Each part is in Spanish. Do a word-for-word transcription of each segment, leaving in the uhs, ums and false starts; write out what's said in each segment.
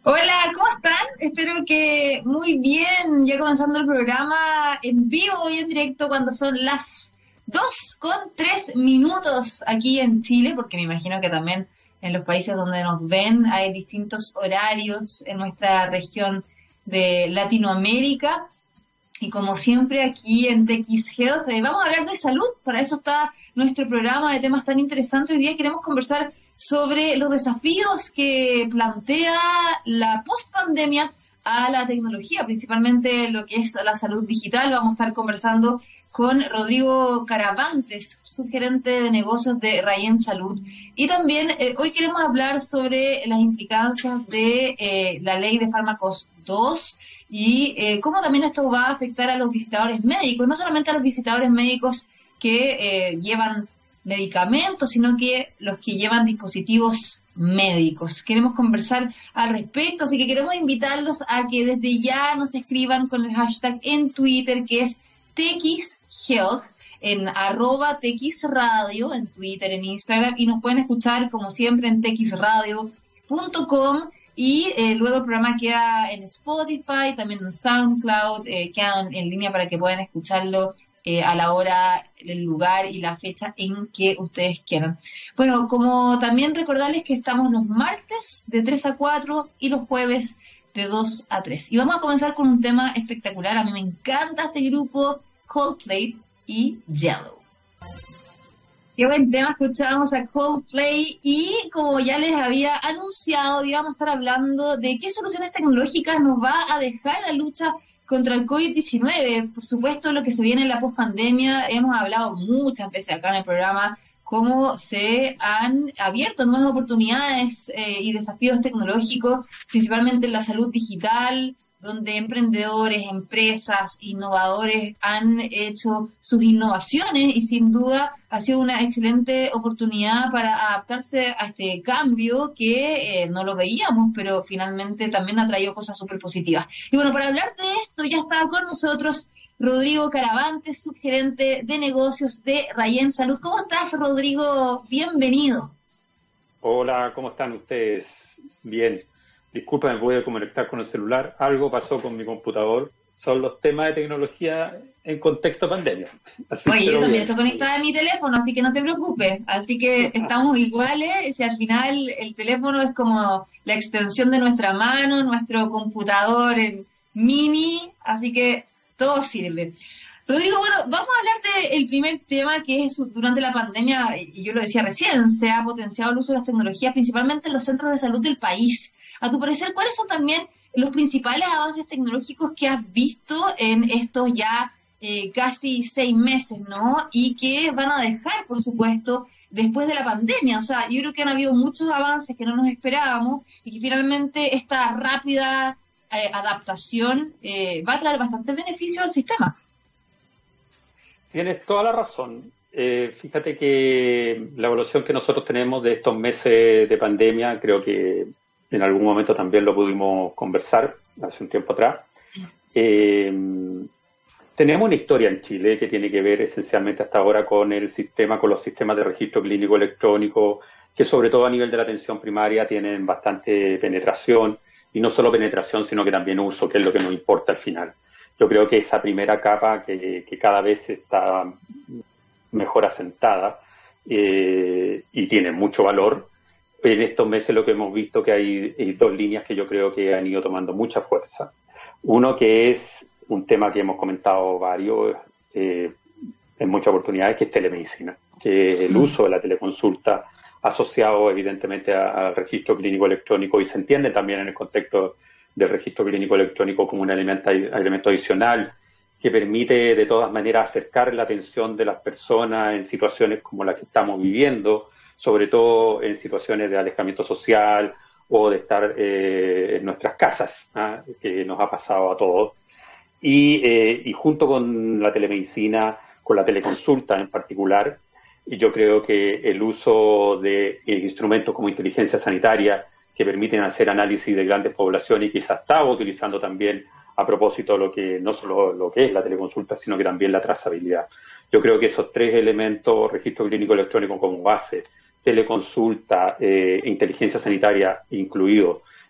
Hola, ¿cómo están? Espero que muy bien, ya comenzando el programa en vivo y en directo cuando son las dos con tres minutos aquí en Chile, porque me imagino que también en los países donde nos ven hay distintos horarios en nuestra región de Latinoamérica. Y como siempre aquí en T X Health, eh, vamos a hablar de salud, para eso está nuestro programa de temas tan interesantes. Hoy día queremos conversar sobre los desafíos que plantea la post-pandemia a la tecnología, principalmente lo que es la salud digital. Vamos a estar conversando con Rodrigo Caravantes, subgerente de negocios de Rayen Salud. Y también eh, hoy queremos hablar sobre las implicancias de eh, la ley de fármacos dos, y eh, cómo también esto va a afectar a los visitadores médicos, no solamente a los visitadores médicos que eh, llevan medicamentos, sino que los que llevan dispositivos médicos. Queremos conversar al respecto, así que queremos invitarlos a que desde ya nos escriban con el hashtag en Twitter, que es TXHealth, en arroba TXRadio, en Twitter, en Instagram, y nos pueden escuchar como siempre en t x radio punto com. Y eh, luego el programa queda en Spotify, también en SoundCloud, eh, queda en, en línea para que puedan escucharlo eh, a la hora, el lugar y la fecha en que ustedes quieran. Bueno, como también recordarles que estamos los martes de tres a cuatro y los jueves de dos a tres. Y vamos a comenzar con un tema espectacular. A mí me encanta este grupo, Coldplay y Yellow. Qué buen tema, escuchábamos a Coldplay y como ya les había anunciado, íbamos a estar hablando de qué soluciones tecnológicas nos va a dejar la lucha contra el COVID diecinueve. Por supuesto, lo que se viene en la pospandemia, hemos hablado muchas veces acá en el programa cómo se han abierto nuevas oportunidades eh, y desafíos tecnológicos, principalmente en la salud digital, donde emprendedores, empresas, innovadores han hecho sus innovaciones y sin duda ha sido una excelente oportunidad para adaptarse a este cambio que eh, no lo veíamos, pero finalmente también ha traído cosas súper positivas. Y bueno, para hablar de esto ya está con nosotros Rodrigo Caravantes, subgerente de negocios de Rayen Salud. ¿Cómo estás, Rodrigo? Bienvenido. Hola, ¿cómo están ustedes? Bien. Disculpa, me voy a conectar con el celular. Algo pasó con mi computador. Son los temas de tecnología en contexto pandemia. Así Oye, yo también estoy conectada a mi teléfono, así que no te preocupes. Así que estamos iguales. Si al final el teléfono es como la extensión de nuestra mano, nuestro computador mini, así que todo sirve. Rodrigo, bueno, vamos a hablar del primer tema que es durante la pandemia, y yo lo decía recién, se ha potenciado el uso de las tecnologías, principalmente en los centros de salud del país. A tu parecer, ¿cuáles son también los principales avances tecnológicos que has visto en estos ya eh, casi seis meses, ¿no? Y que van a dejar, por supuesto, después de la pandemia. O sea, yo creo que han habido muchos avances que no nos esperábamos y que finalmente esta rápida eh, adaptación eh, va a traer bastantes beneficios al sistema. Tienes toda la razón. Eh, fíjate que la evaluación que nosotros tenemos de estos meses de pandemia, creo que en algún momento también lo pudimos conversar hace un tiempo atrás. Eh, tenemos una historia en Chile que tiene que ver esencialmente hasta ahora con el sistema, con los sistemas de registro clínico electrónico, que sobre todo a nivel de la atención primaria tienen bastante penetración, y no solo penetración, sino que también uso, que es lo que nos importa al final. Yo creo que esa primera capa que, que cada vez está mejor asentada eh, y tiene mucho valor. En estos meses lo que hemos visto que hay, hay dos líneas que yo creo que han ido tomando mucha fuerza. Uno que es un tema que hemos comentado varios eh, en muchas oportunidades, que es telemedicina, que es el uso de la teleconsulta asociado evidentemente al registro clínico electrónico, y se entiende también en el contexto del registro clínico electrónico como un elemento, elemento adicional que permite de todas maneras acercar la atención de las personas en situaciones como las que estamos viviendo, sobre todo en situaciones de alejamiento social o de estar eh, en nuestras casas, ¿ah? Que nos ha pasado a todos. Y, eh, y junto con la telemedicina, con la teleconsulta en particular, yo creo que el uso de eh, instrumentos como inteligencia sanitaria que permiten hacer análisis de grandes poblaciones y que se estaba utilizando también a propósito de lo que no solo lo que es la teleconsulta, sino que también la trazabilidad. Yo creo que esos tres elementos, registro clínico electrónico como base, teleconsulta, eh, inteligencia sanitaria incluido,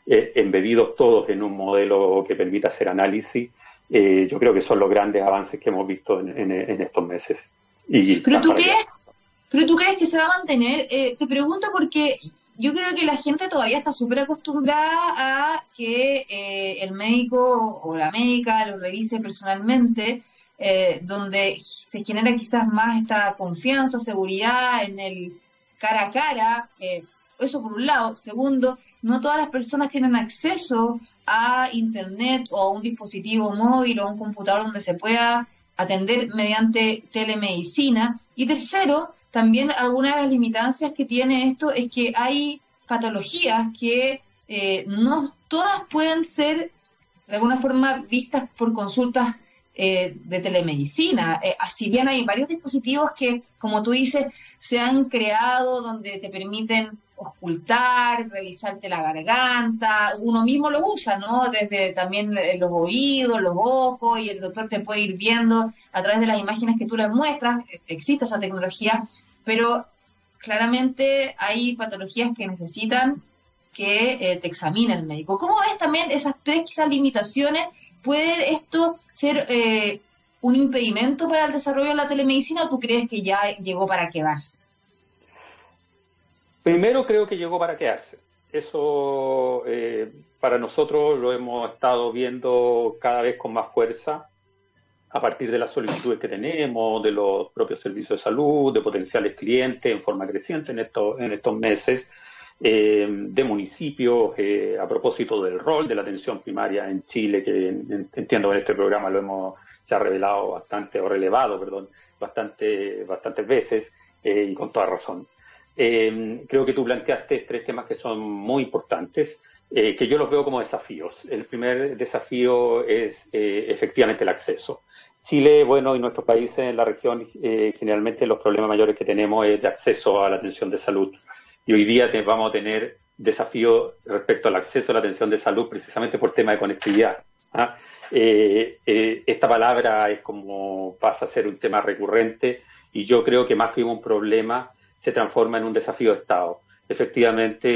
eh, embebidos todos en un modelo que permita hacer análisis, eh, yo creo que son los grandes avances que hemos visto en, en, en estos meses. Y ¿Pero tú crees, pero tú crees que se va a mantener? Eh, te pregunto porque yo creo que la gente todavía está súper acostumbrada a que eh, el médico o la médica lo revise personalmente, eh, donde se genera quizás más esta confianza, seguridad en el cara a cara, eh, eso por un lado. Segundo, no todas las personas tienen acceso a internet o a un dispositivo móvil o a un computador donde se pueda atender mediante telemedicina. Y tercero, también algunas de las limitancias que tiene esto es que hay patologías que eh, no todas pueden ser de alguna forma vistas por consultas eh, de telemedicina. Eh, si bien hay varios dispositivos que, como tú dices, se han creado donde te permiten ocultar, revisarte la garganta, uno mismo lo usa, ¿no? Desde también los oídos, los ojos, y el doctor te puede ir viendo a través de las imágenes que tú le muestras, existe esa tecnología, pero claramente hay patologías que necesitan que eh, te examine el médico. ¿Cómo ves también esas tres quizás limitaciones? ¿Puede esto ser eh, un impedimento para el desarrollo de la telemedicina o tú crees que ya llegó para quedarse? Primero creo que llegó para quedarse. Eso eh, para nosotros lo hemos estado viendo cada vez con más fuerza a partir de las solicitudes que tenemos, de los propios servicios de salud, de potenciales clientes en forma creciente en estos, en estos meses, eh, de municipios, eh, a propósito del rol de la atención primaria en Chile, que en, entiendo que en este programa lo hemos se ha revelado bastante, o relevado, perdón, bastante, bastantes veces, eh, y con toda razón. Eh, creo que tú planteaste tres temas que son muy importantes, eh, que yo los veo como desafíos. El primer desafío es eh, efectivamente el acceso. Chile, bueno, y nuestros países en la región, eh, generalmente los problemas mayores que tenemos es de acceso a la atención de salud. Y hoy día te, vamos a tener desafíos respecto al acceso a la atención de salud precisamente por tema de conectividad. ¿Ah? Eh, eh, esta palabra es como pasa a ser un tema recurrente y yo creo que más que un problema se transforma en un desafío de Estado. Efectivamente,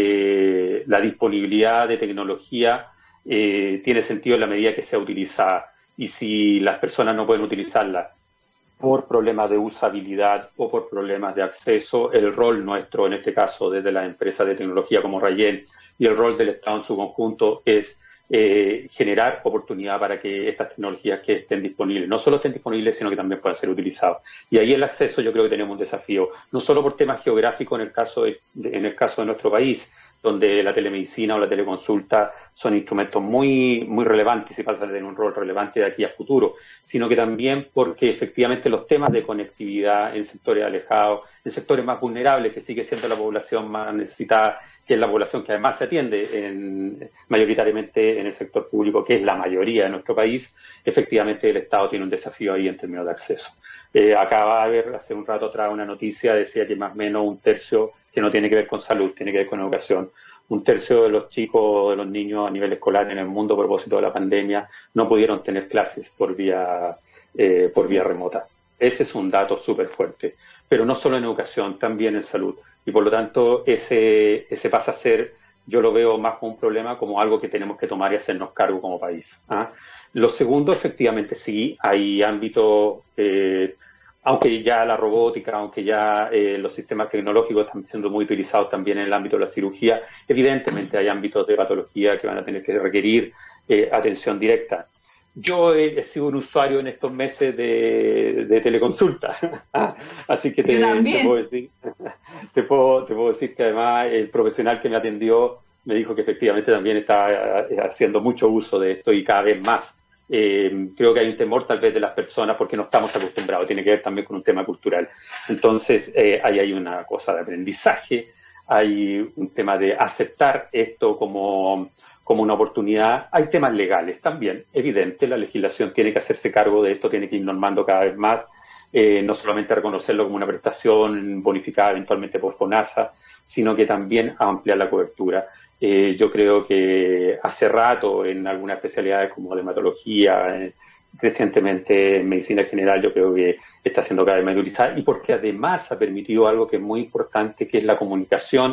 eh, la disponibilidad de tecnología eh, tiene sentido en la medida que sea utilizada. Y si las personas no pueden utilizarla por problemas de usabilidad o por problemas de acceso, el rol nuestro, en este caso desde las empresas de tecnología como Rayen, y el rol del Estado en su conjunto es eh, generar oportunidad para que estas tecnologías que estén disponibles, no solo estén disponibles, sino que también puedan ser utilizadas. Y ahí el acceso yo creo que tenemos un desafío, no solo por temas geográficos en el caso de, de, en el caso de nuestro país, donde la telemedicina o la teleconsulta son instrumentos muy, muy relevantes y pasan a tener un rol relevante de aquí a futuro, sino que también porque efectivamente los temas de conectividad en sectores alejados, en sectores más vulnerables, que sigue siendo la población más necesitada, que es la población que además se atiende en, mayoritariamente en el sector público, que es la mayoría de nuestro país, efectivamente el Estado tiene un desafío ahí en términos de acceso. Eh, acaba de haber hace un rato atrás una noticia, decía que más o menos un tercio, que no tiene que ver con salud, tiene que ver con educación, un tercio de los chicos, de los niños a nivel escolar en el mundo a propósito de la pandemia no pudieron tener clases por vía, eh, por vía remota. Ese es un dato súper fuerte, pero no solo en educación, también en salud. Y por lo tanto, ese, ese pasa a ser, yo lo veo más como un problema, como algo que tenemos que tomar y hacernos cargo como país. ¿Ah? Lo segundo, efectivamente, sí, hay ámbitos, eh, aunque ya la robótica, aunque ya eh, los sistemas tecnológicos están siendo muy utilizados también en el ámbito de la cirugía, evidentemente hay ámbitos de patología que van a tener que requerir eh, atención directa. Yo he, he sido un usuario en estos meses de, de teleconsulta, así que te, te, puedo decir, te, puedo, te puedo decir que además el profesional que me atendió me dijo que efectivamente también está haciendo mucho uso de esto y cada vez más. Eh, creo que hay un temor tal vez de las personas porque no estamos acostumbrados, tiene que ver también con un tema cultural. Entonces, eh, ahí hay una cosa de aprendizaje, hay un tema de aceptar esto como... como una oportunidad. Hay temas legales también, evidente, la legislación tiene que hacerse cargo de esto, tiene que ir normando cada vez más, eh, no solamente reconocerlo como una prestación bonificada eventualmente por FONASA, sino que también ampliar la cobertura. Eh, yo creo que hace rato en algunas especialidades como dermatología, eh, recientemente en medicina general, yo creo que está siendo cada vez más utilizada y porque además ha permitido algo que es muy importante, que es la comunicación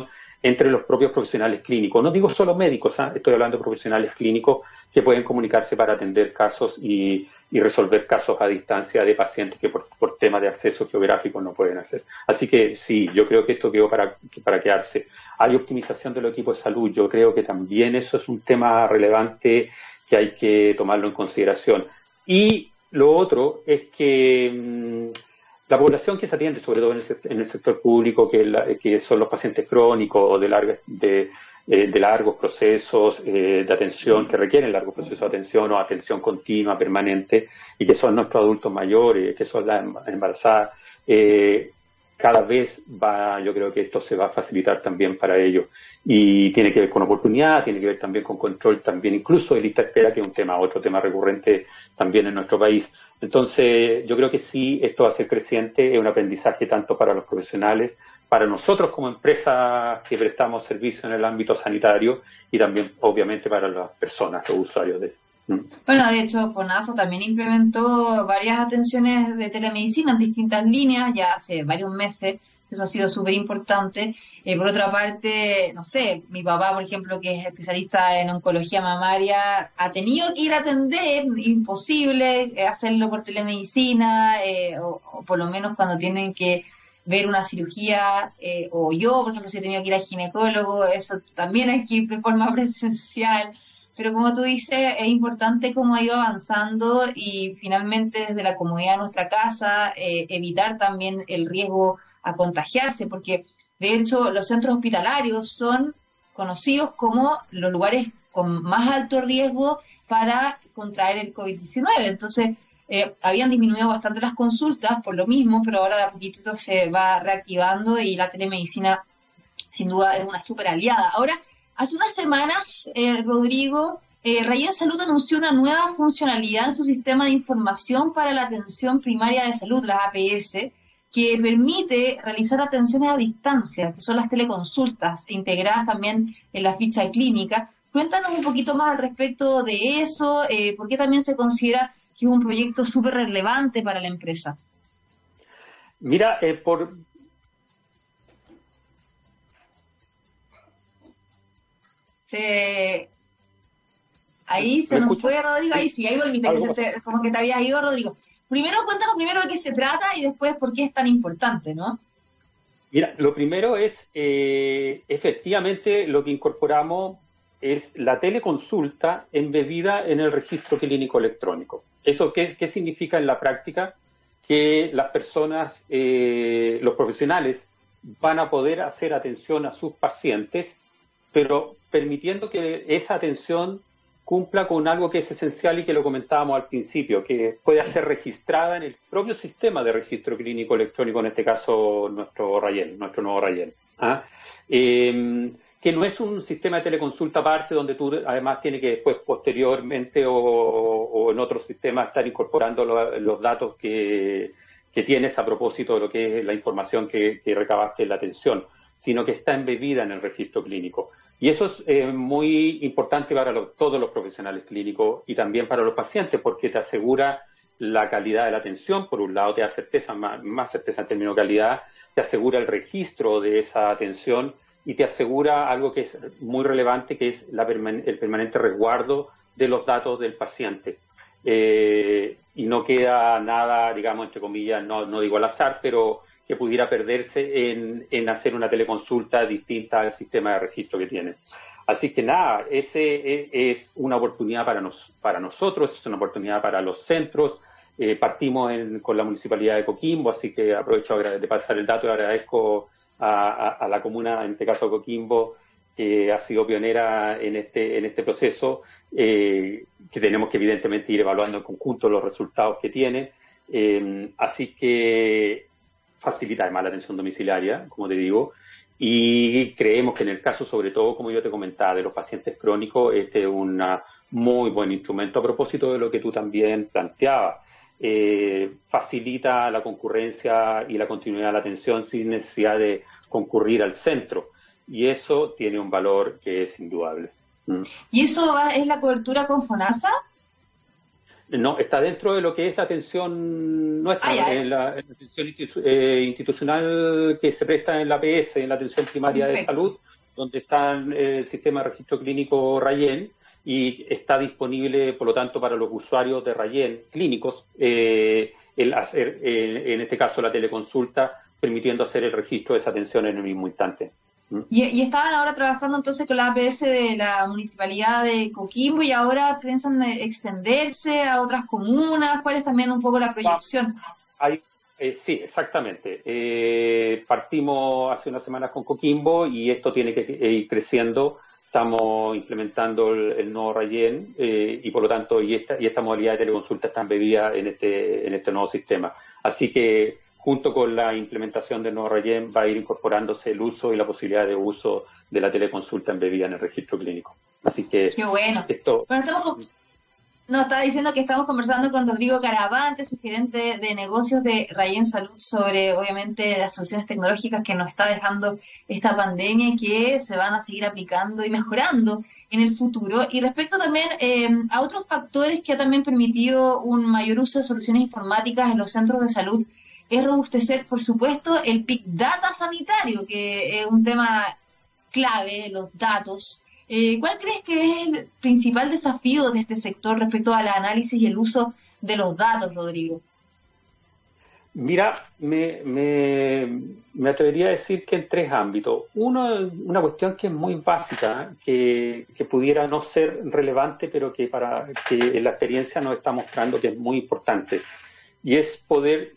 entre los propios profesionales clínicos. No digo solo médicos, ¿eh? Estoy hablando de profesionales clínicos que pueden comunicarse para atender casos y, y resolver casos a distancia de pacientes que por, por temas de acceso geográfico no pueden hacer. Así que sí, yo creo que esto quedó para, para quedarse. Hay optimización de los equipos de salud. Yo creo que también eso es un tema relevante que hay que tomarlo en consideración. Y lo otro es que mmm, la población que se atiende, sobre todo en el, en el sector público, que, la, que son los pacientes crónicos o de, larga, de, eh, de largos procesos eh, de atención, que requieren largos procesos de atención o atención continua, permanente, y que son nuestros adultos mayores, que son las embarazadas, eh, cada vez va, yo creo que esto se va a facilitar también para ellos. Y tiene que ver con oportunidad, tiene que ver también con control, también incluso de lista de espera, que es un tema, otro tema recurrente también en nuestro país. Entonces, yo creo que sí, esto va a ser creciente, es un aprendizaje tanto para los profesionales, para nosotros como empresas que prestamos servicios en el ámbito sanitario y también, obviamente, para las personas, los usuarios de. Bueno, de hecho, FONASA también implementó varias atenciones de telemedicina en distintas líneas ya hace varios meses. Eso ha sido súper importante. Eh, por otra parte, no sé, mi papá, por ejemplo, que es especialista en oncología mamaria, ha tenido que ir a atender, imposible eh, hacerlo por telemedicina, eh, o, o por lo menos cuando tienen que ver una cirugía, eh, o yo, por ejemplo, si he tenido que ir al ginecólogo, eso también hay que ir de forma presencial. Pero como tú dices, es importante cómo ha ido avanzando y finalmente desde la comodidad de nuestra casa, eh, evitar también el riesgo a contagiarse, porque de hecho los centros hospitalarios son conocidos como los lugares con más alto riesgo para contraer el COVID diecinueve. Entonces, eh, habían disminuido bastante las consultas por lo mismo, pero ahora de a poquito se va reactivando y la telemedicina sin duda es una súper aliada. Ahora, hace unas semanas, eh, Rodrigo, eh, Rayen Salud anunció una nueva funcionalidad en su sistema de información para la atención primaria de salud, la A P S, que permite realizar atenciones a distancia, que son las teleconsultas, integradas también en la ficha clínica. Cuéntanos un poquito más al respecto de eso, eh, por qué también se considera que es un proyecto súper relevante para la empresa. Mira, eh, por... Se... Ahí se nos fue, Rodrigo, ahí sí, ahí volviste, que se te, como que te habías ido, Rodrigo. Primero, cuéntanos primero de qué se trata y después por qué es tan importante, ¿no? Mira, lo primero es, eh, efectivamente, lo que incorporamos es la teleconsulta embebida en el registro clínico electrónico. ¿Eso qué, qué significa en la práctica? Que las personas, eh, los profesionales, van a poder hacer atención a sus pacientes, pero permitiendo que esa atención cumpla con algo que es esencial y que lo comentábamos al principio, que pueda ser registrada en el propio sistema de registro clínico electrónico, en este caso nuestro Rayen, nuestro nuevo Rayen. ¿Ah? Eh, que no es un sistema de teleconsulta aparte donde tú además tienes que después posteriormente o, o en otros sistemas estar incorporando lo, los datos que, que tienes a propósito de lo que es la información que, que recabaste en la atención, sino que está embebida en el registro clínico. Y eso es eh, muy importante para los, todos los profesionales clínicos y también para los pacientes, porque te asegura la calidad de la atención. Por un lado, te da certeza, más, más certeza en términos de calidad, te asegura el registro de esa atención y te asegura algo que es muy relevante, que es la perman- el permanente resguardo de los datos del paciente. Eh, y no queda nada, digamos, entre comillas, no, no digo al azar, pero que pudiera perderse en, en hacer una teleconsulta distinta al sistema de registro que tiene. Así que nada, ese es una oportunidad para, nos, para nosotros, es una oportunidad para los centros. Eh, partimos en, con la Municipalidad de Coquimbo, así que aprovecho de pasar el dato y agradezco a, a, a la comuna, en este caso Coquimbo, que ha sido pionera en este, en este proceso, eh, que tenemos que evidentemente ir evaluando en conjunto los resultados que tiene. Eh, así que facilita además la atención domiciliaria, como te digo, y creemos que en el caso, sobre todo, como yo te comentaba, de los pacientes crónicos, este es un muy buen instrumento a propósito de lo que tú también planteabas. Eh, facilita la concurrencia y la continuidad de la atención sin necesidad de concurrir al centro, y eso tiene un valor que es indudable. Mm. ¿Y eso va, es la cobertura con FONASA? No, está dentro de lo que es la atención nuestra, ah, ya, en la, en la atención institu eh, institucional que se presta en la A P S, en la atención primaria Perfecto. de salud. donde está el sistema de registro clínico Rayen, y está disponible, por lo tanto, para los usuarios de Rayen clínicos, eh, el hacer, eh, en este caso, la teleconsulta, permitiendo hacer el registro de esa atención en el mismo instante. Y, y estaban ahora trabajando entonces con la A P S de la Municipalidad de Coquimbo y ahora piensan extenderse a otras comunas. ¿Cuál es también un poco la proyección? Hay, eh, sí, exactamente. Eh, partimos hace unas semanas con Coquimbo y esto tiene que ir creciendo. Estamos implementando el, el nuevo Rayen eh, y por lo tanto y esta, y esta modalidad de teleconsulta está embebida en este, en este nuevo sistema. Así que junto con la implementación del nuevo Rayen va a ir incorporándose el uso y la posibilidad de uso de la teleconsulta embebida en el registro clínico. Así que Qué bueno. Esto, bueno estamos, nos está diciendo que estamos conversando con Rodrigo Caravante, su gerente de negocios de Rayen Salud, sobre obviamente las soluciones tecnológicas que nos está dejando esta pandemia y que se van a seguir aplicando y mejorando en el futuro. Y respecto también eh, a otros factores que ha también permitido un mayor uso de soluciones informáticas en los centros de salud, es robustecer, por supuesto, el Big Data sanitario, que es un tema clave, los datos. Eh, ¿Cuál crees que es el principal desafío de este sector respecto al análisis y el uso de los datos, Rodrigo? Mira, me, me, me atrevería a decir que en tres ámbitos. Uno, una cuestión que es muy básica, que, que pudiera no ser relevante, pero que, para, que en la experiencia nos está mostrando que es muy importante, y es poder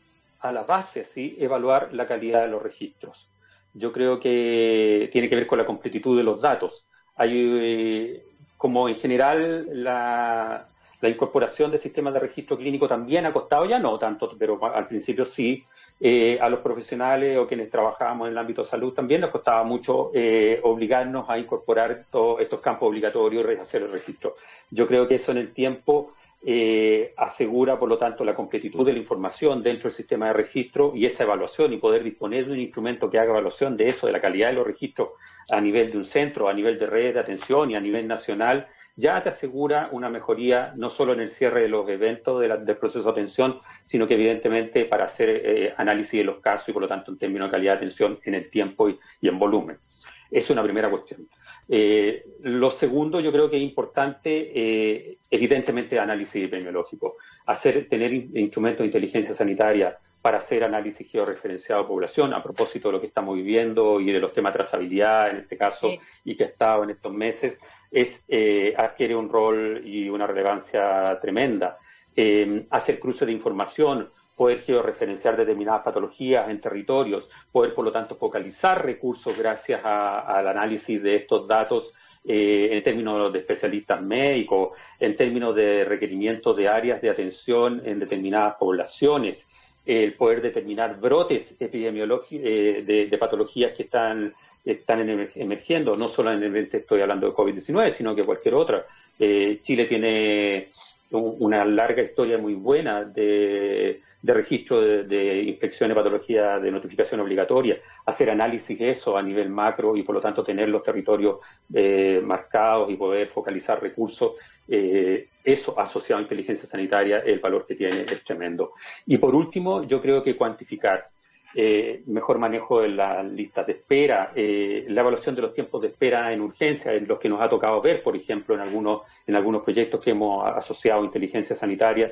a la base, ¿sí?, evaluar la calidad de los registros. Yo creo que tiene que ver con la completitud de los datos. Hay, eh, como en general, la, la incorporación de sistemas de registro clínico también ha costado, ya no tanto, pero al principio sí, eh, a los profesionales o quienes trabajábamos en el ámbito de salud también nos costaba mucho eh, obligarnos a incorporar todos estos campos obligatorios y hacer el registro. Yo creo que eso en el tiempo Eh, asegura, por lo tanto, la completitud de la información dentro del sistema de registro y esa evaluación y poder disponer de un instrumento que haga evaluación de eso, de la calidad de los registros a nivel de un centro, a nivel de red de atención y a nivel nacional, ya te asegura una mejoría no solo en el cierre de los eventos de la, del proceso de atención, sino que evidentemente para hacer eh, análisis de los casos y por lo tanto en términos de calidad de atención en el tiempo y, y en volumen. Es una primera cuestión. Eh, lo segundo, yo creo que es importante, eh, evidentemente, análisis epidemiológico. Hacer, tener in, instrumentos de inteligencia sanitaria para hacer análisis georreferenciado de población, a propósito de lo que estamos viviendo y de los temas de trazabilidad, en este caso, sí. y que ha estado en estos meses, es, eh, adquiere un rol y una relevancia tremenda. Eh, hacer cruce de información, poder georreferenciar determinadas patologías en territorios, poder, por lo tanto, focalizar recursos gracias a, al análisis de estos datos eh, en términos de especialistas médicos, en términos de requerimientos de áreas de atención en determinadas poblaciones, el poder determinar brotes epidemiológicos eh, de, de patologías que están, están emergiendo, no solamente estoy hablando de COVID diecinueve, sino que cualquier otra. Eh, Chile tiene una larga historia muy buena de, de registro de, de infecciones, patologías de notificación obligatoria, hacer análisis de eso a nivel macro y por lo tanto tener los territorios eh, marcados y poder focalizar recursos, eh, eso asociado a inteligencia sanitaria, el valor que tiene es tremendo. Y por último, yo creo que cuantificar. Eh, mejor manejo de las listas de espera, eh, la evaluación de los tiempos de espera en urgencia, en los que nos ha tocado ver, por ejemplo, en algunos, en algunos proyectos que hemos asociado a inteligencia sanitaria,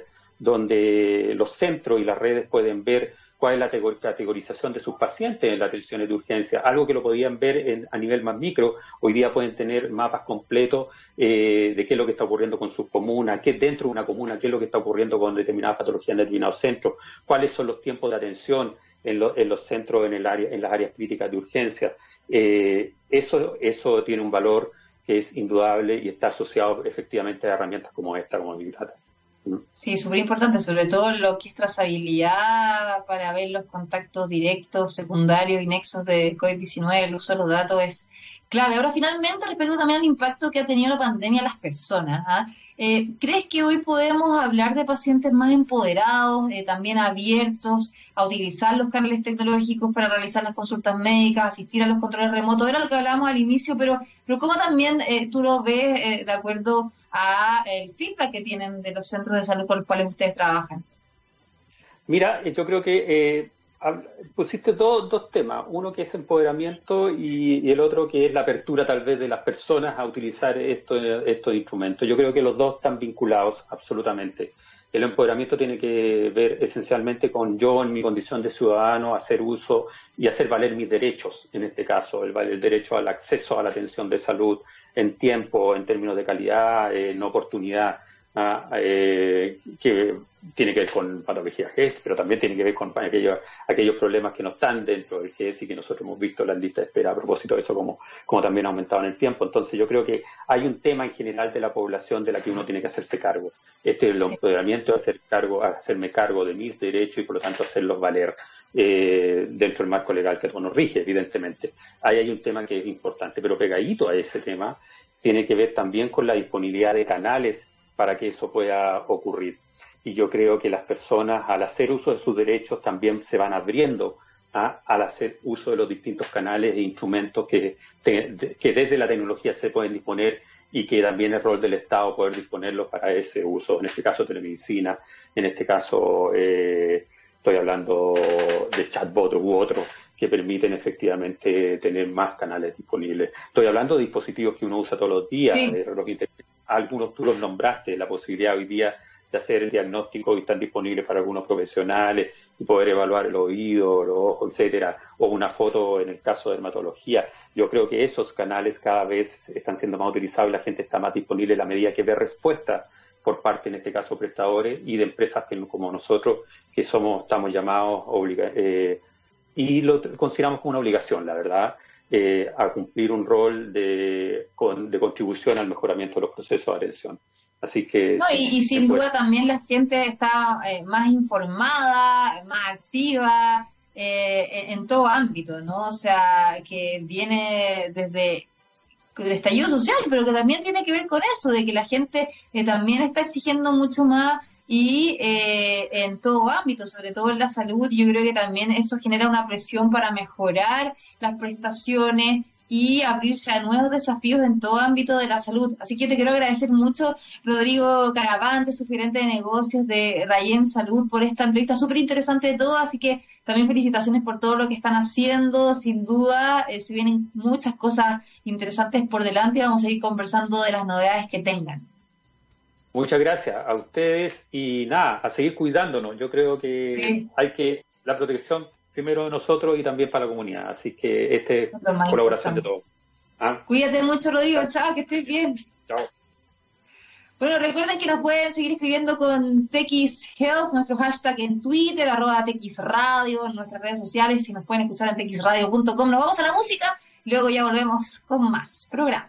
donde los centros y las redes pueden ver cuál es la categorización de sus pacientes en las atenciones de urgencia, algo que lo podían ver en, a nivel más micro. Hoy día pueden tener mapas completos eh, de qué es lo que está ocurriendo con sus comunas, qué dentro de una comuna, qué es lo que está ocurriendo con determinadas patologías en determinados centros, cuáles son los tiempos de atención En, lo, en los centros, en el área, en las áreas críticas de urgencia. Eh, eso, eso tiene un valor que es indudable y está asociado efectivamente a herramientas como esta, como Big Data. ¿Mm? Sí, súper importante, sobre todo lo que es trazabilidad para ver los contactos directos, secundarios y nexos de COVID diecinueve, el uso de los datos es clave. Ahora, finalmente, respecto también al impacto que ha tenido la pandemia en las personas, ¿ah? Eh, ¿crees que hoy podemos hablar de pacientes más empoderados, eh, también abiertos a utilizar los canales tecnológicos para realizar las consultas médicas, asistir a los controles remotos? Era lo que hablábamos al inicio, pero, pero ¿cómo también eh, tú lo ves eh, de acuerdo a el feedback que tienen de los centros de salud con los cuales ustedes trabajan? Mira, yo creo que eh, Pusiste dos, dos temas, uno que es empoderamiento y, y el otro que es la apertura tal vez de las personas a utilizar estos, estos instrumentos. Yo creo que los dos están vinculados absolutamente. El empoderamiento tiene que ver esencialmente con yo en mi condición de ciudadano hacer uso y hacer valer mis derechos, en este caso, el, el derecho al acceso a la atención de salud en tiempo, en términos de calidad, en oportunidad, ¿ah? eh, que tiene que ver con patologías G E S, pero también tiene que ver con aquellos, aquellos problemas que no están dentro del G E S y que nosotros hemos visto en las listas de espera a propósito de eso, como, como también ha aumentado en el tiempo. Entonces yo creo que hay un tema en general de la población de la que uno tiene que hacerse cargo. Este es el empoderamiento de hacer cargo, hacerme cargo de mis derechos y por lo tanto hacerlos valer eh, dentro del marco legal que nos rige, evidentemente. Ahí hay un tema que es importante, pero pegadito a ese tema tiene que ver también con la disponibilidad de canales para que eso pueda ocurrir. Y yo creo que las personas, al hacer uso de sus derechos, también se van abriendo ¿ah? al hacer uso de los distintos canales e instrumentos que, te, que desde la tecnología se pueden disponer y que también es rol del Estado poder disponerlos para ese uso, en este caso telemedicina, en este caso eh, estoy hablando de chatbot u otros que permiten efectivamente tener más canales disponibles. Estoy hablando de dispositivos que uno usa todos los días, Sí. de reloj inteligente. Algunos tú los nombraste, la posibilidad hoy día de hacer el diagnóstico y están disponibles para algunos profesionales y poder evaluar el oído, los ojos, etcétera, o una foto en el caso de dermatología. Yo creo que esos canales cada vez están siendo más utilizados y la gente está más disponible en la medida que ve respuesta por parte, en este caso, prestadores y de empresas que, como nosotros, que somos, estamos llamados obliga eh, y lo consideramos como una obligación, la verdad, eh, a cumplir un rol de, con, de contribución al mejoramiento de los procesos de atención. Así que... No, y, y sin duda también la gente está eh, más informada, más activa eh, en, en todo ámbito, ¿no? O sea, que viene desde el estallido social, pero que también tiene que ver con eso, de que la gente eh, también está exigiendo mucho más y eh, en todo ámbito, sobre todo en la salud. Yo creo que también eso genera una presión para mejorar las prestaciones y abrirse a nuevos desafíos en todo ámbito de la salud. Así que te quiero agradecer mucho, Rodrigo Caravante, su gerente de negocios de Rayen Salud, por esta entrevista súper interesante de todo, así que también felicitaciones por todo lo que están haciendo. Sin duda, eh, se vienen muchas cosas interesantes por delante y vamos a ir conversando de las novedades que tengan. Muchas gracias a ustedes y nada, a seguir cuidándonos. Yo creo que sí. hay que la protección primero de nosotros y también para la comunidad. Así que esta es colaboración de todos. ¿Ah? Cuídate mucho, Rodrigo. Chao, que estés bien. Chao. Bueno, recuerden que nos pueden seguir escribiendo con T X Health, nuestro hashtag en Twitter, arroba T X Radio, en nuestras redes sociales, y nos pueden escuchar en T X radio punto com. Nos vamos a la música, luego ya volvemos con más programa.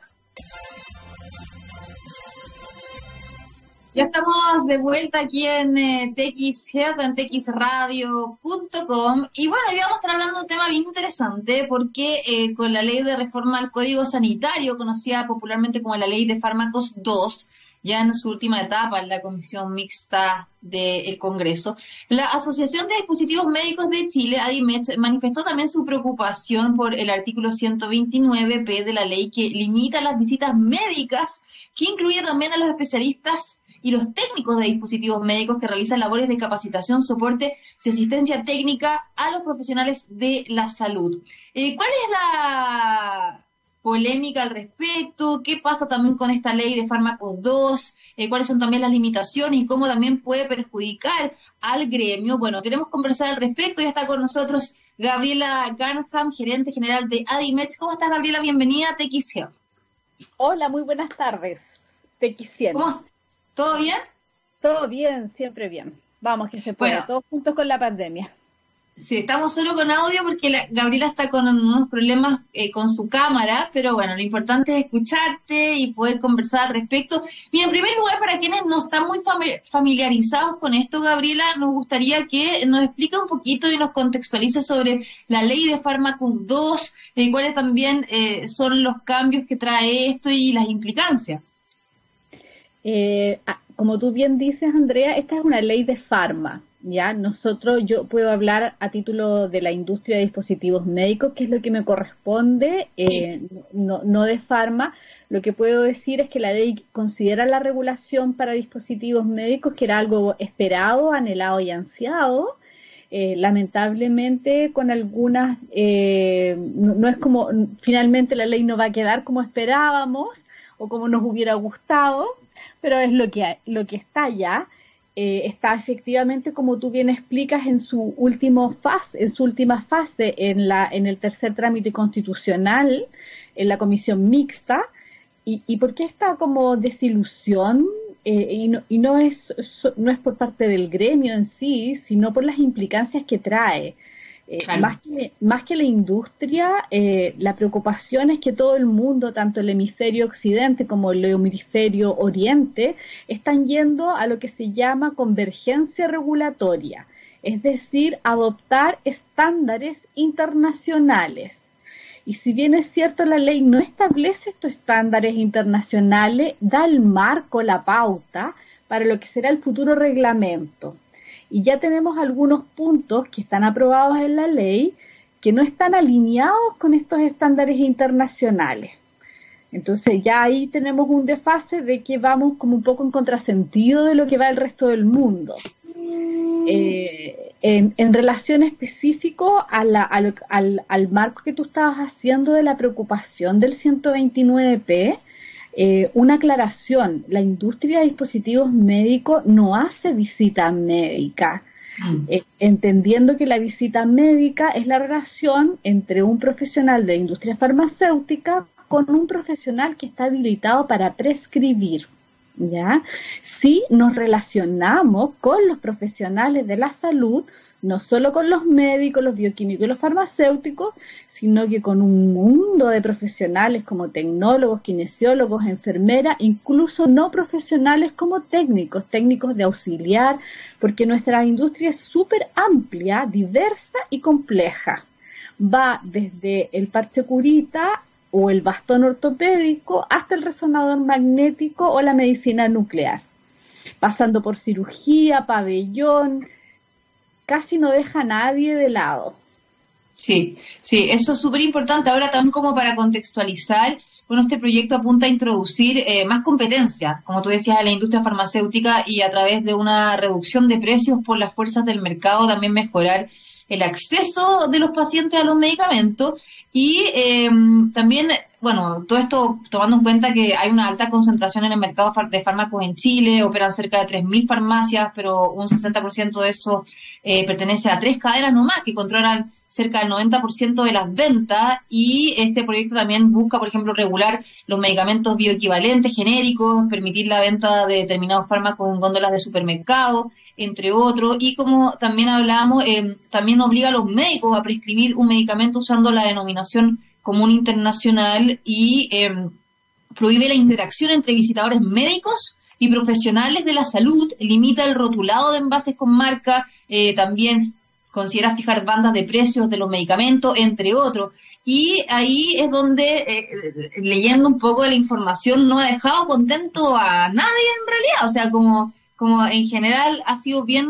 Ya estamos de vuelta aquí en eh, T X Health, en T X radio punto com. Y bueno, hoy vamos a estar hablando de un tema bien interesante, porque eh, con la ley de reforma al Código Sanitario, conocida popularmente como la Ley de Fármacos dos, ya en su última etapa en la Comisión Mixta del Congreso, la Asociación de Dispositivos Médicos de Chile, ADIMECH, manifestó también su preocupación por el artículo ciento veintinueve pe de la ley, que limita las visitas médicas, que incluye también a los especialistas y los técnicos de dispositivos médicos que realizan labores de capacitación, soporte y asistencia técnica a los profesionales de la salud. Eh, ¿Cuál es la polémica al respecto? ¿Qué pasa también con esta ley de fármacos dos? Eh, ¿Cuáles son también las limitaciones y cómo también puede perjudicar al gremio? Bueno, queremos conversar al respecto. Ya está con nosotros Gabriela Garnham, gerente general de ADIMECH. ¿Cómo estás, Gabriela? Bienvenida a T X Health. Hola, muy buenas tardes. T X Health. ¿Cómo? ¿Todo bien? Todo bien, siempre bien. Vamos, que se puede, bueno, todos juntos con la pandemia. Sí, estamos solo con audio porque la, Gabriela está con unos problemas eh, con su cámara, pero bueno, lo importante es escucharte y poder conversar al respecto. Mira, en primer lugar, para quienes no están muy familiarizados con esto, Gabriela, nos gustaría que nos explique un poquito y nos contextualice sobre la ley de fármacos dos, y cuáles también eh, son los cambios que trae esto y las implicancias. Eh, como tú bien dices, Andrea, esta es una ley de farma, ¿ya? Nosotros, yo puedo hablar a título de la industria de dispositivos médicos, que es lo que me corresponde, eh, no, no de farma. Lo que puedo decir es que la ley considera la regulación para dispositivos médicos, que era algo esperado, anhelado y ansiado, eh, lamentablemente con algunas, eh, no, no es como, finalmente la ley no va a quedar como esperábamos o como nos hubiera gustado, pero es lo que, lo que está ya. Eh, está efectivamente, como tú bien explicas, en su último fase, en su última fase, en la, en el tercer trámite constitucional, en la comisión mixta. ¿Y, y por qué esta como desilusión? Eh, y no, y no es, no es por parte del gremio en sí, sino por las implicancias que trae. Eh, claro. más, que, más que la industria, eh, la preocupación es que todo el mundo, tanto el hemisferio occidente como el hemisferio oriente, están yendo a lo que se llama convergencia regulatoria, es decir, adoptar estándares internacionales. Y si bien es cierto, la ley no establece estos estándares internacionales, da el marco, la pauta, para lo que será el futuro reglamento. Y ya tenemos algunos puntos que están aprobados en la ley que no están alineados con estos estándares internacionales. Entonces ya ahí tenemos un desfase de que vamos como un poco en contrasentido de lo que va el resto del mundo. Eh, en, en relación específico a la, al, al, al marco que tú estabas haciendo de la preocupación del ciento veintinueve P, Eh, una aclaración, la industria de dispositivos médicos no hace visita médica, mm. eh, entendiendo que la visita médica es la relación entre un profesional de la industria farmacéutica con un profesional que está habilitado para prescribir, ¿ya? Sí nos relacionamos con los profesionales de la salud, no solo con los médicos, los bioquímicos y los farmacéuticos, sino que con un mundo de profesionales como tecnólogos, kinesiólogos, enfermeras, incluso no profesionales como técnicos, técnicos de auxiliar, porque nuestra industria es súper amplia, diversa y compleja. Va desde el parche curita o el bastón ortopédico hasta el resonador magnético o la medicina nuclear, pasando por cirugía, pabellón. Casi no deja a nadie de lado. Sí, sí, eso es súper importante. Ahora también como para contextualizar, bueno, este proyecto apunta a introducir eh, más competencia, como tú decías, a la industria farmacéutica y a través de una reducción de precios por las fuerzas del mercado también mejorar el acceso de los pacientes a los medicamentos y eh, también, bueno, todo esto tomando en cuenta que hay una alta concentración en el mercado de fármacos en Chile, operan cerca de tres mil farmacias, pero un sesenta por ciento de eso eh, pertenece a tres cadenas nomás que controlan cerca del noventa por ciento de las ventas y este proyecto también busca, por ejemplo, regular los medicamentos bioequivalentes, genéricos, permitir la venta de determinados fármacos en góndolas de supermercado, entre otros, y como también hablábamos, eh, también obliga a los médicos a prescribir un medicamento usando la denominación común internacional y eh, prohíbe la interacción entre visitadores médicos y profesionales de la salud, limita el rotulado de envases con marca, eh, también considera fijar bandas de precios de los medicamentos, entre otros. Y ahí es donde, eh, leyendo un poco de la información, no ha dejado contento a nadie en realidad. O sea, como, como en general ha sido bien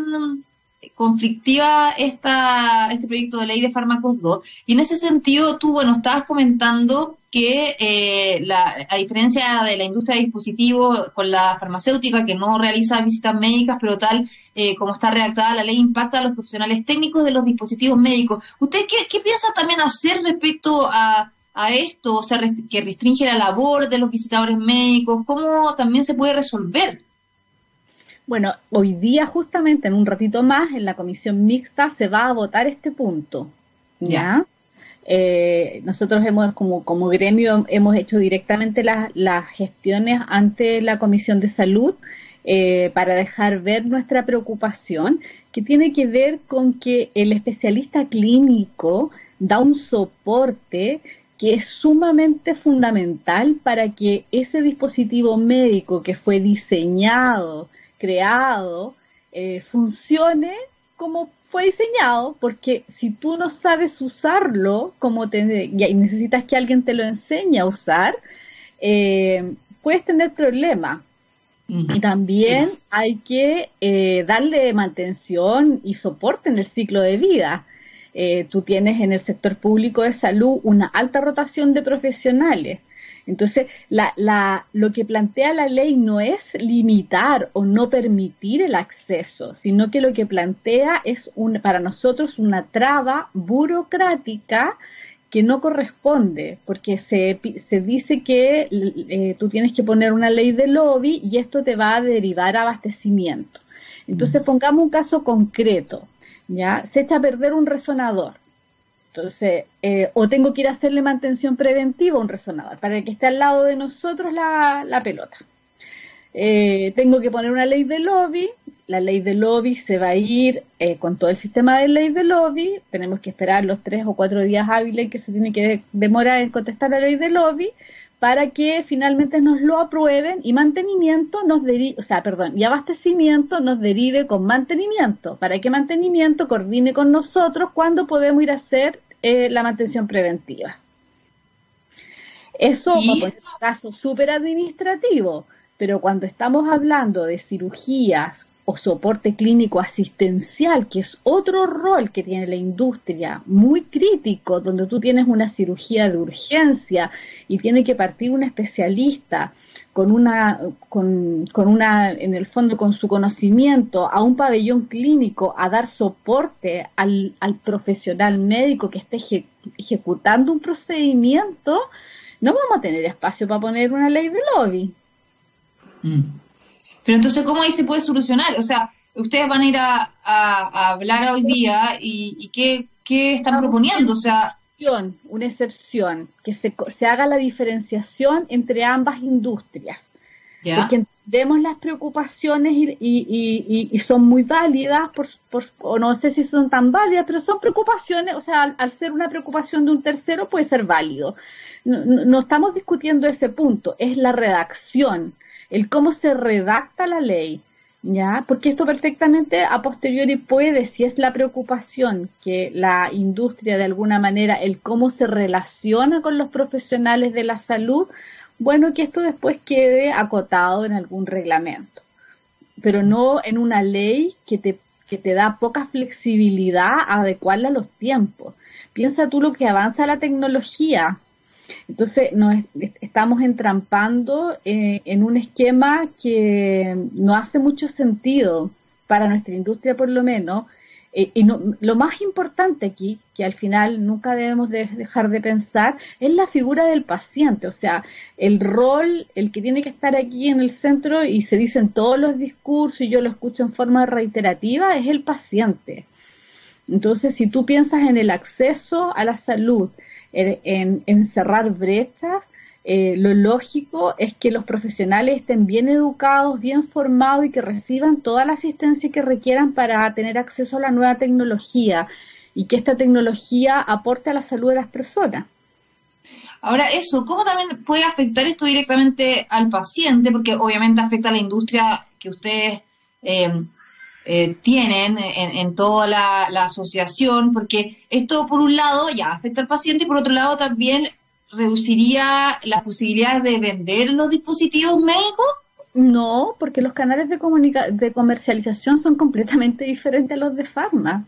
conflictiva esta este proyecto de ley de fármacos dos. Y en ese sentido, tú, bueno, estabas comentando que eh, la, a diferencia de la industria de dispositivos con la farmacéutica que no realiza visitas médicas, pero tal eh, como está redactada la ley impacta a los profesionales técnicos de los dispositivos médicos. ¿Usted qué, qué piensa también hacer respecto a, a esto? O sea, rest- que restringe la labor de los visitadores médicos. ¿Cómo también se puede resolver? Bueno, hoy día justamente en un ratito más en la comisión mixta se va a votar este punto, ¿ya? Yeah. Eh, nosotros hemos, como, como gremio, hemos hecho directamente las, las gestiones ante la Comisión de Salud eh, para dejar ver nuestra preocupación, que tiene que ver con que el especialista clínico da un soporte que es sumamente fundamental para que ese dispositivo médico que fue diseñado, creado, eh, funcione como fue diseñado, porque si tú no sabes usarlo como te, y necesitas que alguien te lo enseñe a usar, eh, puedes tener problemas. Uh-huh. Y también uh-huh. hay que eh, darle mantención y soporte en el ciclo de vida. Eh, tú tienes en el sector público de salud una alta rotación de profesionales Entonces, la, la, lo que plantea la ley no es limitar o no permitir el acceso, sino que lo que plantea es un, para nosotros una traba burocrática que no corresponde, porque se, se dice que eh, tú tienes que poner una ley de lobby y esto te va a derivar a abastecimiento. Entonces, pongamos un caso concreto, ¿ya? Se echa a perder un resonador. Entonces, eh, o tengo que ir a hacerle mantención preventiva a un resonador para que esté al lado de nosotros la, la pelota. Eh, tengo que poner una ley de lobby, la ley de lobby se va a ir eh, con todo el sistema de ley de lobby, tenemos que esperar los tres o cuatro días hábiles que se tiene que demorar en contestar la ley de lobby para que finalmente nos lo aprueben y mantenimiento nos derive, o sea, perdón, y abastecimiento nos derive con mantenimiento, para que mantenimiento coordine con nosotros cuando podemos ir a hacer eh, la mantención preventiva. Eso ¿Y? va a poner un caso súper administrativo, pero cuando estamos hablando de cirugías o soporte clínico asistencial, que es otro rol que tiene la industria muy crítico, donde tú tienes una cirugía de urgencia y tiene que partir un especialista con una, con, con una, en el fondo con su conocimiento a un pabellón clínico a dar soporte al, al profesional médico que esté eje, ejecutando un procedimiento, no vamos a tener espacio para poner una ley de lobby. Mm. Pero entonces, ¿cómo ahí se puede solucionar? O sea, ustedes van a ir a, a, a hablar hoy día y, y ¿qué, qué están proponiendo? O sea, una excepción, que se, se haga la diferenciación entre ambas industrias. ¿Ya? Porque entendemos las preocupaciones y, y, y, y son muy válidas, por, por, o no sé si son tan válidas, pero son preocupaciones, o sea, al, al ser una preocupación de un tercero puede ser válido. No, no, no estamos discutiendo ese punto, es la redacción, el cómo se redacta la ley, ¿ya? Porque esto perfectamente a posteriori puede, si es la preocupación que la industria de alguna manera, el cómo se relaciona con los profesionales de la salud, bueno, que esto después quede acotado en algún reglamento, pero no en una ley que te, que te da poca flexibilidad a adecuarla a los tiempos. Piensa tú lo que avanza la tecnología. Entonces nos est estamos entrampando eh, en un esquema que no hace mucho sentido para nuestra industria por lo menos, eh, y no, lo más importante aquí, que al final nunca debemos de dejar de pensar, es la figura del paciente, o sea, el rol, el que tiene que estar aquí en el centro, y se dice en todos los discursos y yo lo escucho en forma reiterativa, es el paciente. Entonces, si tú piensas en el acceso a la salud, en, en, en cerrar brechas, eh, lo lógico es que los profesionales estén bien educados, bien formados y que reciban toda la asistencia que requieran para tener acceso a la nueva tecnología y que esta tecnología aporte a la salud de las personas. Ahora, eso, ¿cómo también puede afectar esto directamente al paciente? Porque obviamente afecta a la industria que ustedes eh, eh, tienen en, en toda la, la asociación, porque esto por un lado ya afecta al paciente y por otro lado también reduciría las posibilidades de vender los dispositivos médicos. No, porque los canales de, comunica de comercialización son completamente diferentes a los de farma.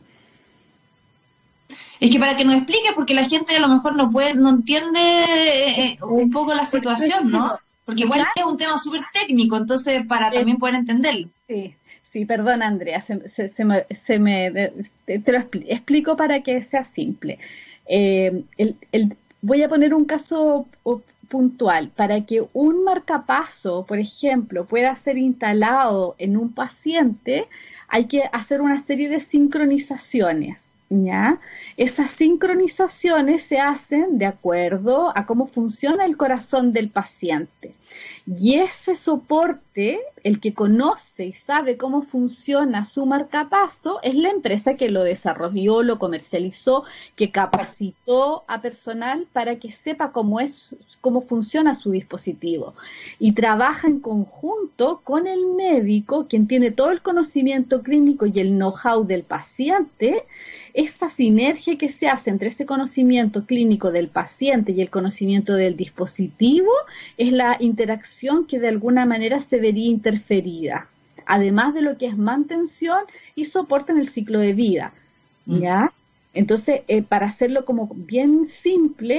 Es que para que nos explique, porque la gente a lo mejor no puede, no entiende eh, un poco la situación, ¿no? Porque igual es un tema súper técnico, entonces para también poder entenderlo. Sí. Sí, perdón, Andrea, se, se, se me, se me te, te lo explico para que sea simple. Eh, el, el, voy a poner un caso puntual. Para que un marcapaso, por ejemplo, pueda ser instalado en un paciente, hay que hacer una serie de sincronizaciones, ¿ya? Esas sincronizaciones se hacen de acuerdo a cómo funciona el corazón del paciente. Y ese soporte, el que conoce y sabe cómo funciona su marcapaso, es la empresa que lo desarrolló, lo comercializó, que capacitó a personal para que sepa cómo es, cómo funciona su dispositivo. Y trabaja en conjunto con el médico, quien tiene todo el conocimiento clínico y el know-how del paciente. Esa sinergia que se hace entre ese conocimiento clínico del paciente y el conocimiento del dispositivo es la interacción que de alguna manera se vería interferida, además de lo que es mantención y soporte en el ciclo de vida, ¿ya? Entonces, eh, para hacerlo como bien simple,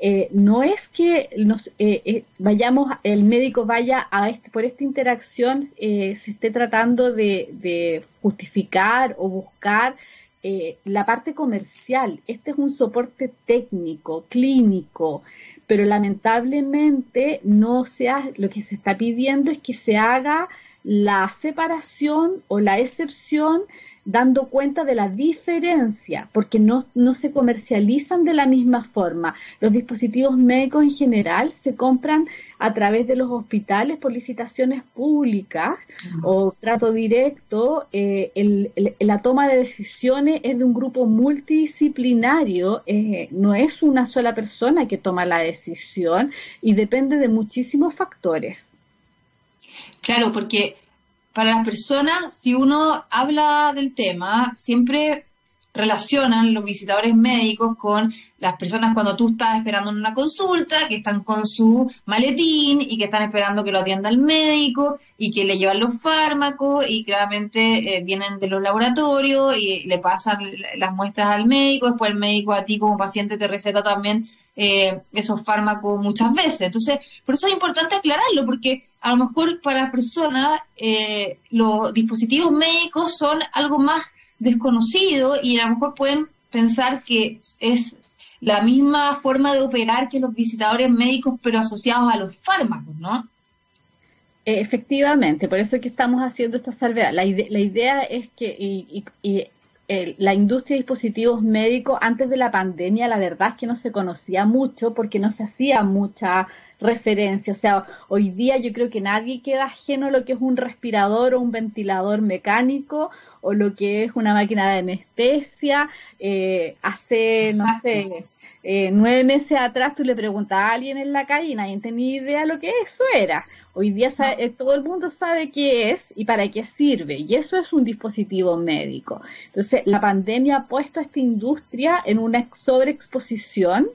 eh, no es que nos eh, eh, vayamos, el médico vaya a este, por esta interacción eh, se esté tratando de, de justificar o buscar eh, la parte comercial. Este es un soporte técnico, clínico, pero lamentablemente no se ha, lo que se está pidiendo es que se haga la separación o la excepción dando cuenta de la diferencia, porque no, no se comercializan de la misma forma. Los dispositivos médicos en general se compran a través de los hospitales por licitaciones públicas uh-huh. o trato directo. Eh, el, el, la toma de decisiones es de un grupo multidisciplinario, eh, no es una sola persona que toma la decisión y depende de muchísimos factores. Claro, porque para las personas, si uno habla del tema, siempre relacionan los visitadores médicos con las personas cuando tú estás esperando en una consulta, que están con su maletín y que están esperando que lo atienda el médico y que le llevan los fármacos y claramente eh, vienen de los laboratorios y le pasan las muestras al médico, después el médico a ti como paciente te receta también eh, esos fármacos muchas veces. Entonces, por eso es importante aclararlo, porque a lo mejor para las personas eh, los dispositivos médicos son algo más desconocido y a lo mejor pueden pensar que es la misma forma de operar que los visitadores médicos, pero asociados a los fármacos, ¿no? Efectivamente, por eso es que estamos haciendo esta salvedad. La, ide la idea es que y, y, y el, la industria de dispositivos médicos antes de la pandemia, la verdad es que no se conocía mucho porque no se hacía mucha referencia. O sea, hoy día yo creo que nadie queda ajeno a lo que es un respirador o un ventilador mecánico o lo que es una máquina de anestesia. Eh, hace, Exacto. no sé, eh, nueve meses atrás tú le preguntabas a alguien en la calle y nadie tenía idea de lo que eso era. Hoy día sabe, todo el mundo sabe qué es y para qué sirve, y eso es un dispositivo médico. Entonces, la pandemia ha puesto a esta industria en una sobreexposición.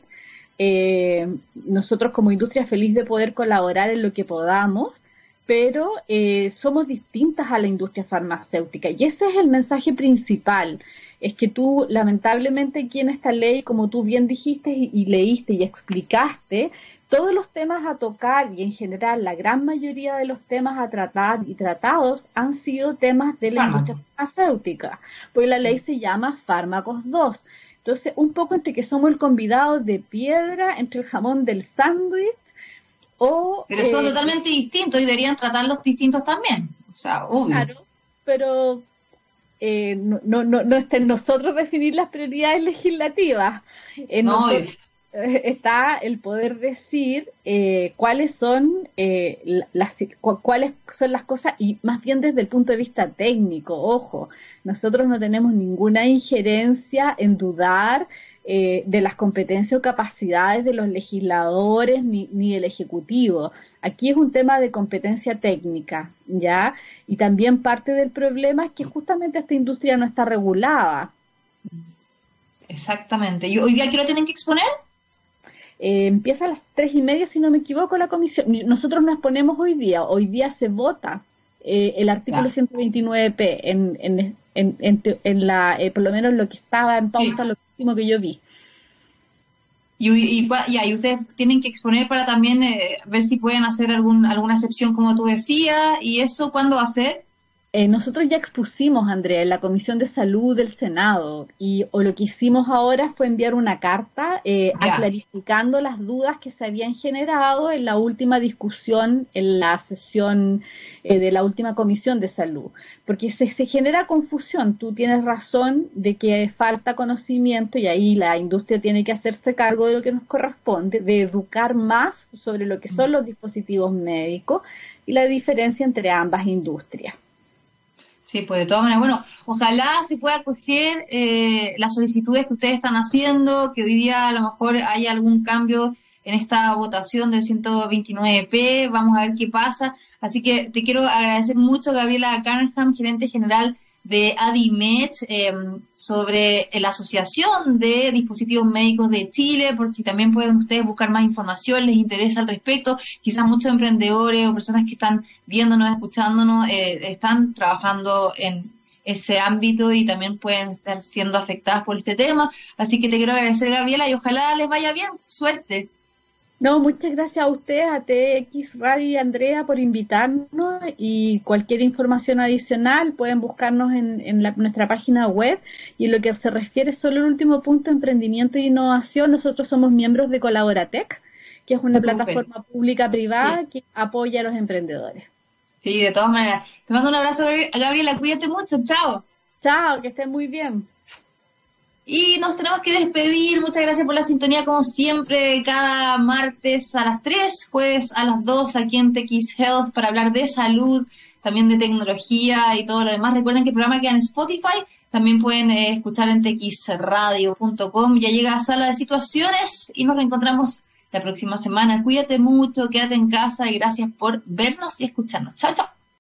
Eh, nosotros como industria feliz de poder colaborar en lo que podamos, pero eh, somos distintas a la industria farmacéutica, y ese es el mensaje principal. Es que tú, lamentablemente, aquí en esta ley, como tú bien dijiste y, y leíste y explicaste, todos los temas a tocar y en general la gran mayoría de los temas a tratar y tratados han sido temas de la Fármaco. industria farmacéutica, porque la ley se llama Fármacos dos. Entonces, un poco entre que somos el convidado de piedra, entre el jamón del sándwich, o... Pero son eh, totalmente distintos y deberían tratarlos distintos también, o sea, obvio. Claro, pero eh, no, no, no, no está en nosotros definir las prioridades legislativas. En No, nosotros, eh, está el poder decir eh, cuáles son eh, las cu cuáles son las cosas, y más bien desde el punto de vista técnico. Ojo, nosotros no tenemos ninguna injerencia en dudar eh, de las competencias o capacidades de los legisladores ni, ni del Ejecutivo. Aquí es un tema de competencia técnica, ¿ya? Y también parte del problema es que justamente esta industria no está regulada. Exactamente. ¿Y hoy día qué lo tienen que exponer? Eh, empieza a las tres y media, si no me equivoco, la comisión. Nosotros nos ponemos hoy día, hoy día se vota eh, el artículo claro. ciento veintinueve P en, en, en, en, en la, eh, por lo menos lo que estaba en pauta, sí. Lo último que yo vi. Y, y, y, y ustedes tienen que exponer para también eh, ver si pueden hacer algún, alguna excepción, como tú decías, y eso, ¿cuándo va a ser? Eh, nosotros ya expusimos, Andrea, en la Comisión de Salud del Senado, y o lo que hicimos ahora fue enviar una carta eh, clarificando las dudas que se habían generado en la última discusión, en la sesión eh, de la última Comisión de Salud, porque se, se genera confusión. Tú tienes razón de que falta conocimiento y ahí la industria tiene que hacerse cargo de lo que nos corresponde, de educar más sobre lo que son los dispositivos médicos y la diferencia entre ambas industrias. Sí, pues de todas maneras, bueno, ojalá se pueda acoger eh, las solicitudes que ustedes están haciendo, que hoy día a lo mejor haya algún cambio en esta votación del ciento veintinueve P, vamos a ver qué pasa. Así que te quiero agradecer mucho, Gabriela Carnham, gerente general de ADIMED, eh, sobre la Asociación de Dispositivos Médicos de Chile, por si también pueden ustedes buscar más información, les interesa al respecto. Quizás muchos emprendedores o personas que están viéndonos, escuchándonos, eh, están trabajando en ese ámbito y también pueden estar siendo afectadas por este tema. Así que te quiero agradecer, Gabriela, y ojalá les vaya bien. Suerte. No, muchas gracias a ustedes, a T X Radio y Andrea, por invitarnos, y cualquier información adicional pueden buscarnos en, en la, nuestra página web. Y en lo que se refiere solo al último punto, emprendimiento e innovación, nosotros somos miembros de Colaboratec, que es una Súper. plataforma pública-privada Sí. que apoya a los emprendedores. Sí, de todas maneras. Te mando un abrazo, Gabriela, cuídate mucho, chao. Chao, que estén muy bien. Y nos tenemos que despedir. Muchas gracias por la sintonía, como siempre, cada martes a las tres, jueves a las dos, aquí en T X Health, para hablar de salud, también de tecnología y todo lo demás. Recuerden que el programa queda en Spotify, también pueden eh, escuchar en t x radio punto com. Ya llega a Sala de Situaciones y nos reencontramos la próxima semana. Cuídate mucho, quédate en casa y gracias por vernos y escucharnos. Chao, chao.